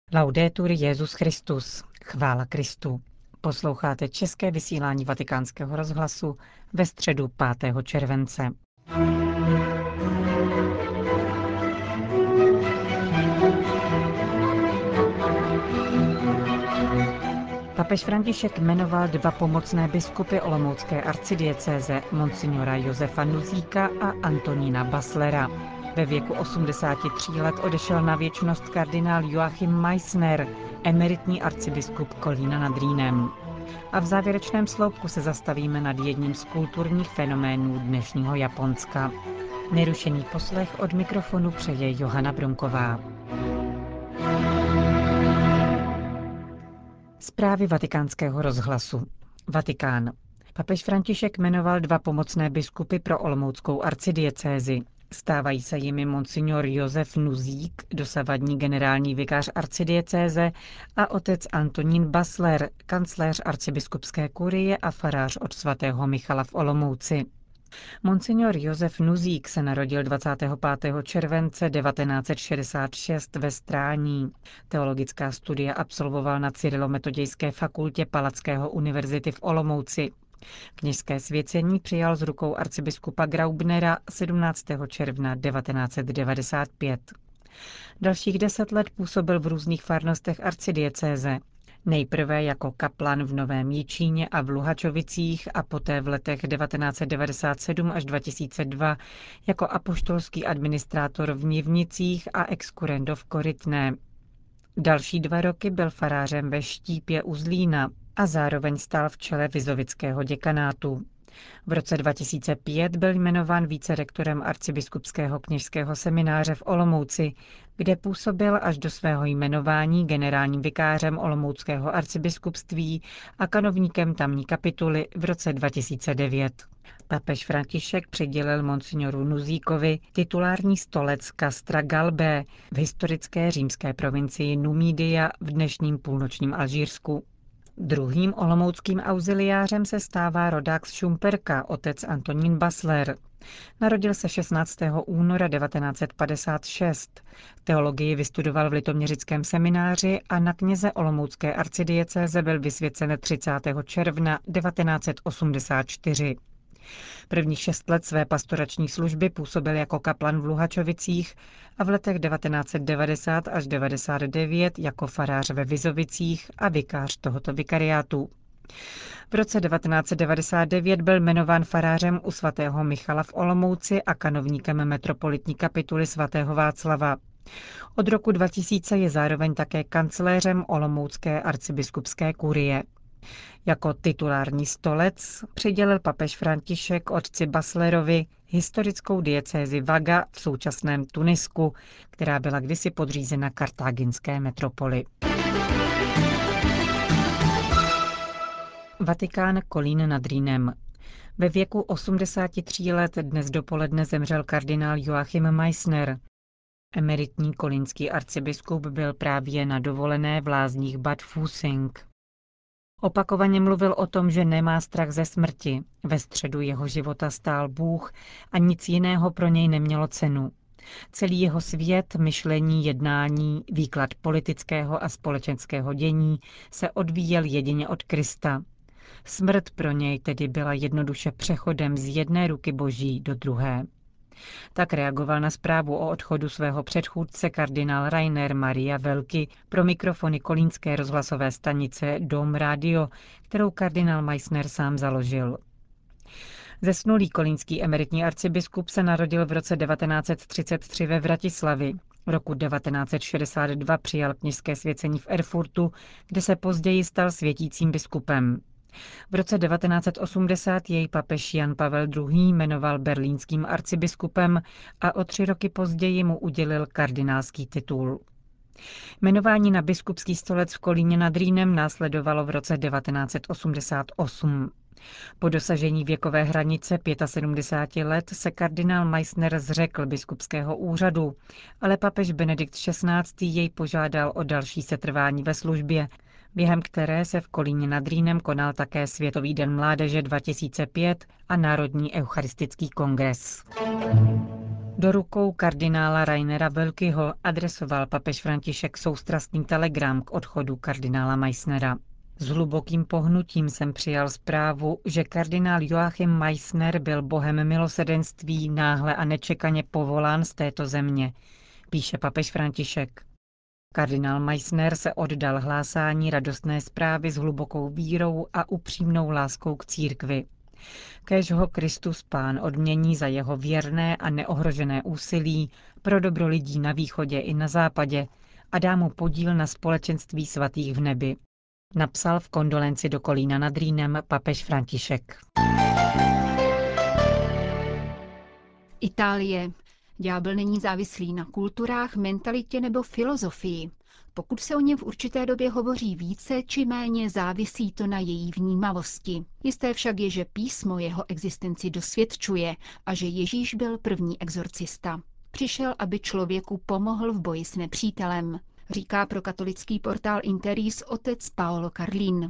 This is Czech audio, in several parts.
Laudetur Jesus Christus. Chvála Kristu. Posloucháte české vysílání Vatikánského rozhlasu ve středu 5. července. Papež František jmenoval 2 pomocné biskupy olomoucké arcidiecéze, monsignora Josefa Nuzíka a Antonína Basslera. Ve věku 83 let odešel na věčnost kardinál Joachim Meissner, emeritní arcibiskup Kolína nad Rýnem. A v závěrečném sloupku se zastavíme nad jedním z kulturních fenoménů dnešního Japonska. Nerušený poslech od mikrofonu přeje Johana Brunková. Zprávy Vatikánského rozhlasu. Vatikán. Papež František jmenoval 2 pomocné biskupy pro olomouckou arcidiecézi. Stávají se jimi monsignor Josef Nuzík, dosavadní generální vikář arcidiecéze, a otec Antonín Bassler, kancléř arcibiskupské kurie a farář od svatého Michala v Olomouci. Monsignor Josef Nuzík se narodil 25. července 1966 ve Strání. Teologická studia absolvoval na Cyrilometodějské fakultě Palackého univerzity v Olomouci. Kněžské svěcení přijal z rukou arcibiskupa Graubnera 17. června 1995. Dalších 10 let působil v různých farnostech arcidiecéze. Nejprve jako kaplan v Novém Jičíně a v Luhačovicích a poté v letech 1997 až 2002 jako apoštolský administrátor v Nivnicích a excurrendo v Korytné. Další 2 roky byl farářem ve Štípě u Zlína a zároveň stál v čele vizovického děkanátu. V roce 2005 byl jmenován vícerektorem arcibiskupského kněžského semináře v Olomouci, kde působil až do svého jmenování generálním vikářem olomouckého arcibiskupství a kanovníkem tamní kapituly v roce 2009. Papež František přidělil monsignoru Nuzíkovi titulární stolec Castra Galbé v historické římské provincii Numídia v dnešním půlnočním Alžírsku. Druhým olomouckým auxiliářem se stává rodák z Šumperka, otec Antonín Bassler. Narodil se 16. února 1956. Teologii vystudoval v Litoměřickém semináři a na kněze olomoucké arcidiecéze byl vysvěcen 30. června 1984. Prvních 6 let své pastorační služby působil jako kaplan v Luhačovicích a v letech 1990 až 1999 jako farář ve Vizovicích a vikář tohoto vikariátu. V roce 1999 byl jmenován farářem u svatého Michala v Olomouci a kanovníkem metropolitní kapituly svatého Václava. Od roku 2000 je zároveň také kancléřem olomoucké arcibiskupské kurie. Jako titulární stolec přidělil papež František otci Basslerovi historickou diecézi Vaga v současném Tunisku, která byla kdysi podřízena kartáginské metropoli. Vatikán, Kolín nad Rýnem. Ve věku 83 let dnes dopoledne zemřel kardinál Joachim Meissner. Emeritní kolínský arcibiskup byl právě na dovolené v lázních Bad Füssing. Opakovaně mluvil o tom, že nemá strach ze smrti. Ve středu jeho života stál Bůh a nic jiného pro něj nemělo cenu. Celý jeho svět, myšlení, jednání, výklad politického a společenského dění se odvíjel jedině od Krista. Smrt pro něj tedy byla jednoduše přechodem z jedné ruky Boží do druhé. Tak reagoval na zprávu o odchodu svého předchůdce kardinál Rainer Maria Velky pro mikrofony kolínské rozhlasové stanice Dom Radio, kterou kardinál Meissner sám založil. Zesnulý kolínský emeritní arcibiskup se narodil v roce 1933 ve Vratislavi. Roku 1962 přijal kněžské svěcení v Erfurtu, kde se později stal světícím biskupem. V roce 1980 jej papež Jan Pavel II. Jmenoval berlínským arcibiskupem a o 3 roky později mu udělil kardinálský titul. Jmenování na biskupský stolec v Kolíně nad Rýnem následovalo v roce 1988. Po dosažení věkové hranice 75 let se kardinál Meissner zřekl biskupského úřadu, ale papež Benedikt XVI. Jej požádal o další setrvání ve službě, během které se v Kolíně nad Rýnem konal také Světový den mládeže 2005 a Národní eucharistický kongres. Do rukou kardinála Rainera Wölkiho adresoval papež František soustrastný telegram k odchodu kardinála Meissnera. S hlubokým pohnutím jsem přijal zprávu, že kardinál Joachim Meissner byl bohem milosrdenství náhle a nečekaně povolán z této země, píše papež František. Kardinál Meissner se oddal hlásání radostné zprávy s hlubokou vírou a upřímnou láskou k církvi. Kéž ho Kristus Pán odmění za jeho věrné a neohrožené úsilí pro dobro lidí na východě i na západě a dá mu podíl na společenství svatých v nebi, napsal v kondolenci do Kolína nad Rýnem papež František. Itálie. Ďábel není závislý na kulturách, mentalitě nebo filozofii. Pokud se o něm v určité době hovoří více či méně, závisí to na její vnímavosti. Jisté však je, že písmo jeho existenci dosvědčuje a že Ježíš byl první exorcista. Přišel, aby člověku pomohl v boji s nepřítelem, říká pro katolický portál Interis otec Paolo Carlin.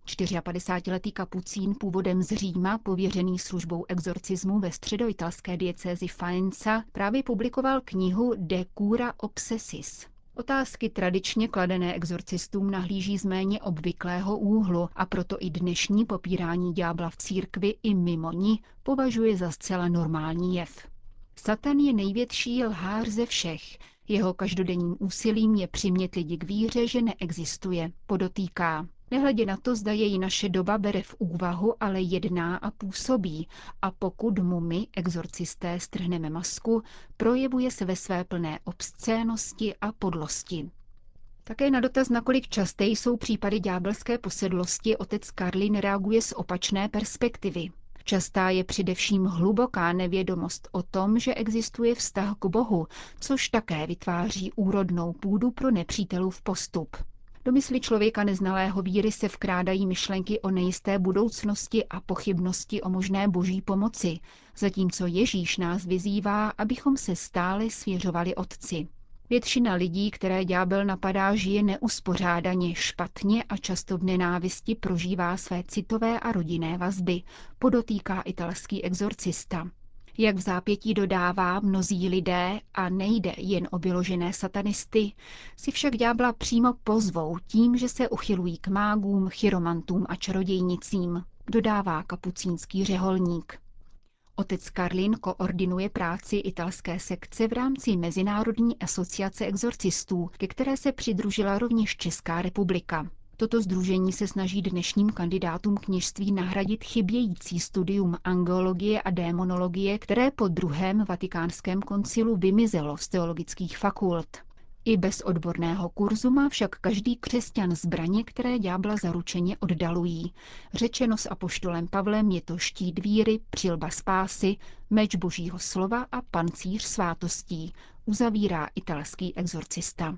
54letý kapucín původem z Říma, pověřený službou exorcismu ve středoitalské diecézi Faenza, právě publikoval knihu De cura obsessis. Otázky tradičně kladené exorcistům nahlíží z méně obvyklého úhlu a proto i dnešní popírání ďábla v církvi i mimo ní považuje za zcela normální jev. Satan je největší lhář ze všech. Jeho každodenním úsilím je přimět lidi k víře, že neexistuje, podotýká. Nehledě na to, zda jej naše doba bere v úvahu, ale jedná a působí. A pokud mu my, exorcisté, strhneme masku, projevuje se ve své plné obscénosti a podlosti. Také na dotaz, nakolik časté jsou případy ďábelské posedlosti, otec Carlin reaguje z opačné perspektivy. Častá je především hluboká nevědomost o tom, že existuje vztah k Bohu, což také vytváří úrodnou půdu pro nepřítelův postup. Do mysli člověka neznalého víry se vkrádají myšlenky o nejisté budoucnosti a pochybnosti o možné boží pomoci, zatímco Ježíš nás vyzývá, abychom se stále svěřovali Otci. Většina lidí, které ďábel napadá, žije neuspořádaně, špatně a často v nenávisti prožívá své citové a rodinné vazby, podotýká italský exorcista. Jak v zápětí dodává, mnozí lidé, a nejde jen o vyložené satanisty, si však ďábla přímo pozvou tím, že se uchylují k mágům, chiromantům a čarodějnicím, dodává kapucínský řeholník. Otec Carlin koordinuje práci italské sekce v rámci Mezinárodní asociace exorcistů, ke které se přidružila rovněž Česká republika. Toto sdružení se snaží dnešním kandidátům kněžství nahradit chybějící studium angeologie a démonologie, které po druhém vatikánském koncilu vymizelo z teologických fakult. I bez odborného kurzu má však každý křesťan zbraně, které ďábla zaručeně oddalují. Řečeno s apoštolem Pavlem, je to štít víry, přilba spásy, meč božího slova a pancíř svátostí, uzavírá italský exorcista.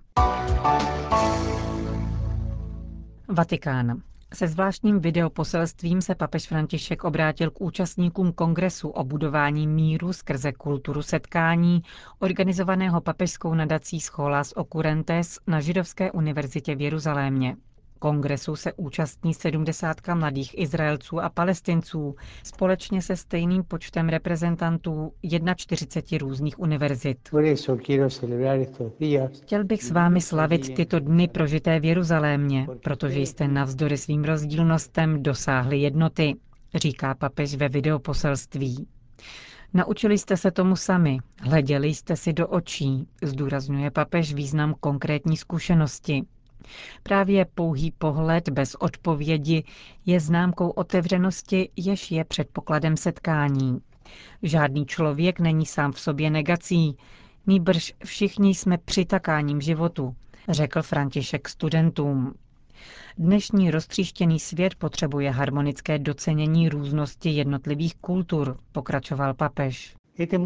Vatikán. Se zvláštním videoposelstvím se papež František obrátil k účastníkům kongresu o budování míru skrze kulturu setkání, organizovaného papežskou nadací Scholas Occurrentes na Židovské univerzitě v Jeruzalémě. Kongresu se účastní 70 mladých Izraelců a Palestinců společně se stejným počtem reprezentantů 41 různých univerzit. Chtěl bych s vámi slavit tyto dny prožité v Jeruzalémě, protože jste navzdory svým rozdílnostem dosáhli jednoty, říká papež ve videoposelství. Naučili jste se tomu sami, hleděli jste si do očí, zdůrazňuje papež význam konkrétní zkušenosti. Právě pouhý pohled bez odpovědi je známkou otevřenosti, jež je předpokladem setkání. Žádný člověk není sám v sobě negací, nýbrž všichni jsme přitakáním životu, řekl František studentům. Dnešní roztříštěný svět potřebuje harmonické docenění různosti jednotlivých kultur, pokračoval papež.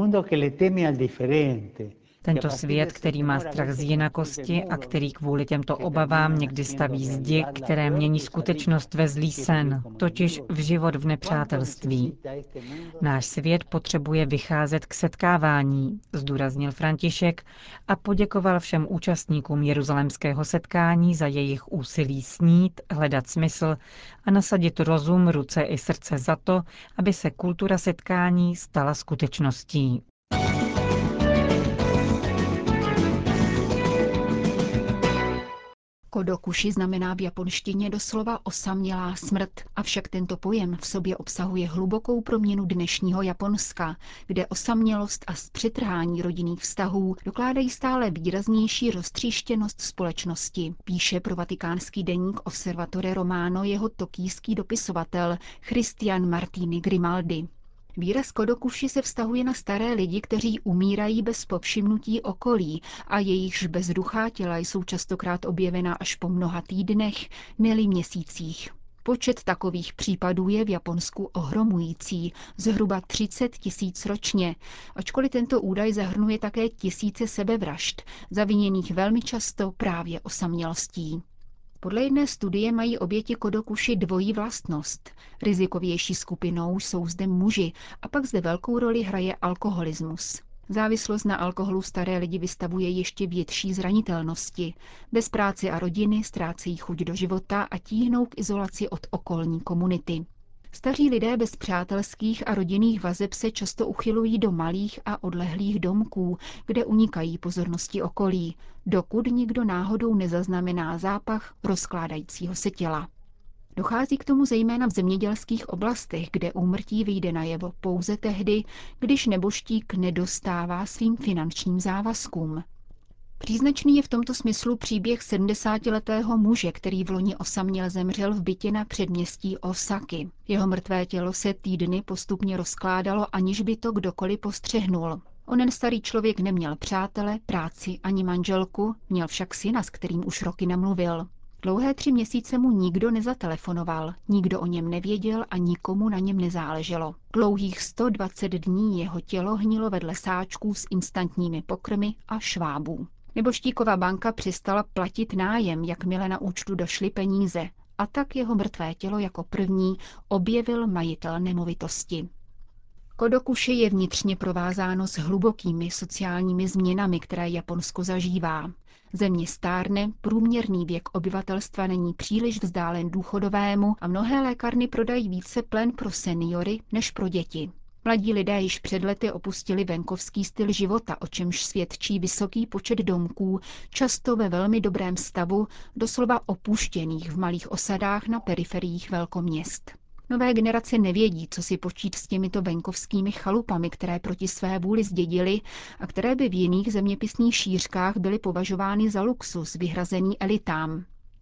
Tento svět, který má strach z jinakosti a který kvůli těmto obavám někdy staví zdi, které mění skutečnost ve zlý sen, totiž v život v nepřátelství. Náš svět potřebuje vycházet k setkávání, zdůraznil František a poděkoval všem účastníkům jeruzalémského setkání za jejich úsilí snít, hledat smysl a nasadit rozum, ruce i srdce za to, aby se kultura setkání stala skutečností. Kodokuši znamená v japonštině doslova osamělá smrt, avšak tento pojem v sobě obsahuje hlubokou proměnu dnešního Japonska, kde osamělost a zpřetrhání rodinných vztahů dokládají stále výraznější roztříštěnost společnosti, píše pro vatikánský deník Osservatore Romano jeho tokijský dopisovatel Christian Martini Grimaldi. Výraz kodokuši se vztahuje na staré lidi, kteří umírají bez povšimnutí okolí a jejichž bezduchá těla jsou častokrát objevena až po mnoha týdnech, ne-li měsících. Počet takových případů je v Japonsku ohromující, zhruba 30 000 ročně, ačkoliv tento údaj zahrnuje také tisíce sebevražd, zaviněných velmi často právě osamělostí. Podle jedné studie mají oběti kodokuši dvojí vlastnost. Rizikovější skupinou jsou zde muži a pak zde velkou roli hraje alkoholismus. Závislost na alkoholu staré lidi vystavuje ještě větší zranitelnosti. Bez práce a rodiny ztrácejí chuť do života a tíhnou k izolaci od okolní komunity. Staří lidé bez přátelských a rodinných vazeb se často uchylují do malých a odlehlých domků, kde unikají pozornosti okolí, dokud nikdo náhodou nezaznamená zápach rozkládajícího se těla. Dochází k tomu zejména v zemědělských oblastech, kde úmrtí vyjde najevo pouze tehdy, když nebožtík nedostává svým finančním závazkům. Příznačný je v tomto smyslu příběh 70letého muže, který v loni osaměle zemřel v bytě na předměstí Osaky. Jeho mrtvé tělo se týdny postupně rozkládalo, aniž by to kdokoliv postřehnul. Onen starý člověk neměl přátele, práci ani manželku, měl však syna, s kterým už roky nemluvil. Dlouhé 3 měsíce mu nikdo nezatelefonoval, nikdo o něm nevěděl a nikomu na něm nezáleželo. Dlouhých 120 dní jeho tělo hnilo vedle sáčků s instantními pokrmy a švábů. Nebožtíková banka přestala platit nájem, jakmile na účtu došly peníze, a tak jeho mrtvé tělo jako první objevil majitel nemovitosti. Kodokuši je vnitřně provázáno s hlubokými sociálními změnami, které Japonsko zažívá. Země stárne, průměrný věk obyvatelstva není příliš vzdálen důchodovému a mnohé lékárny prodají více plen pro seniory než pro děti. Mladí lidé již před lety opustili venkovský styl života, o čemž svědčí vysoký počet domků, často ve velmi dobrém stavu, doslova opuštěných v malých osadách na periferiích velkoměst. Nové generace nevědí, co si počít s těmito venkovskými chalupami, které proti své vůli zdědili a které by v jiných zeměpisných šířkách byly považovány za luxus vyhrazený elitám.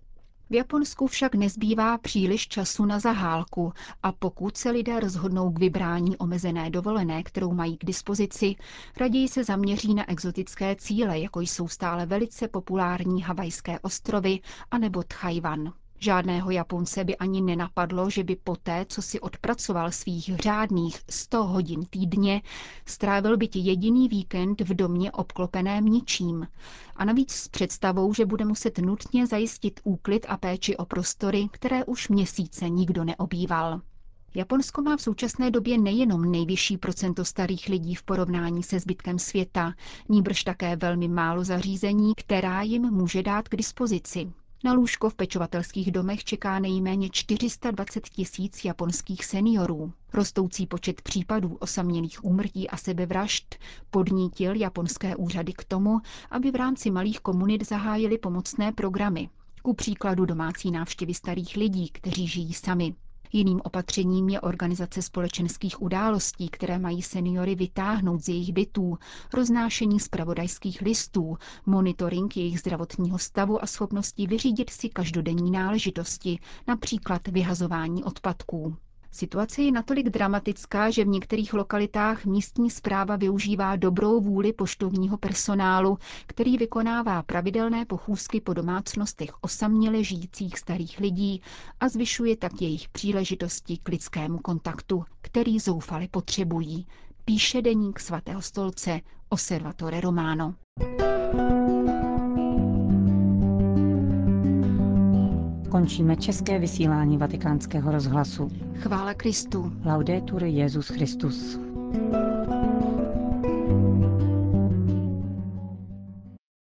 V Japonsku však nezbývá příliš času na zahálku a pokud se lidé rozhodnou k vybrání omezené dovolené, kterou mají k dispozici, raději se zaměří na exotické cíle, jako jsou stále velice populární Havajské ostrovy anebo Tchajwan. Žádného Japonce by ani nenapadlo, že by poté, co si odpracoval svých řádných 100 hodin týdně, strávil byť jediný víkend v domě obklopeném ničím. A navíc s představou, že bude muset nutně zajistit úklid a péči o prostory, které už měsíce nikdo neobýval. Japonsko má v současné době nejenom nejvyšší procento starých lidí v porovnání se zbytkem světa, nýbrž také velmi málo zařízení, která jim může dát k dispozici. Na lůžko v pečovatelských domech čeká nejméně 420 000 japonských seniorů. Rostoucí počet případů osamělých úmrtí a sebevražd podnítil japonské úřady k tomu, aby v rámci malých komunit zahájili pomocné programy. Ku příkladu domácí návštěvy starých lidí, kteří žijí sami. Jiným opatřením je organizace společenských událostí, které mají seniory vytáhnout z jejich bytů, roznášení zpravodajských listů, monitoring jejich zdravotního stavu a schopnosti vyřídit si každodenní náležitosti, například vyhazování odpadků. Situace je natolik dramatická, že v některých lokalitách místní správa využívá dobrou vůli poštovního personálu, který vykonává pravidelné pochůzky po domácnostech osaměle žijících starých lidí a zvyšuje tak jejich příležitosti k lidskému kontaktu, který zoufale potřebují, píše deník Svatého stolce Osservatore Romano. Končíme české vysílání Vatikánského rozhlasu. Chvála Kristu. Laudetur Jesus Christus.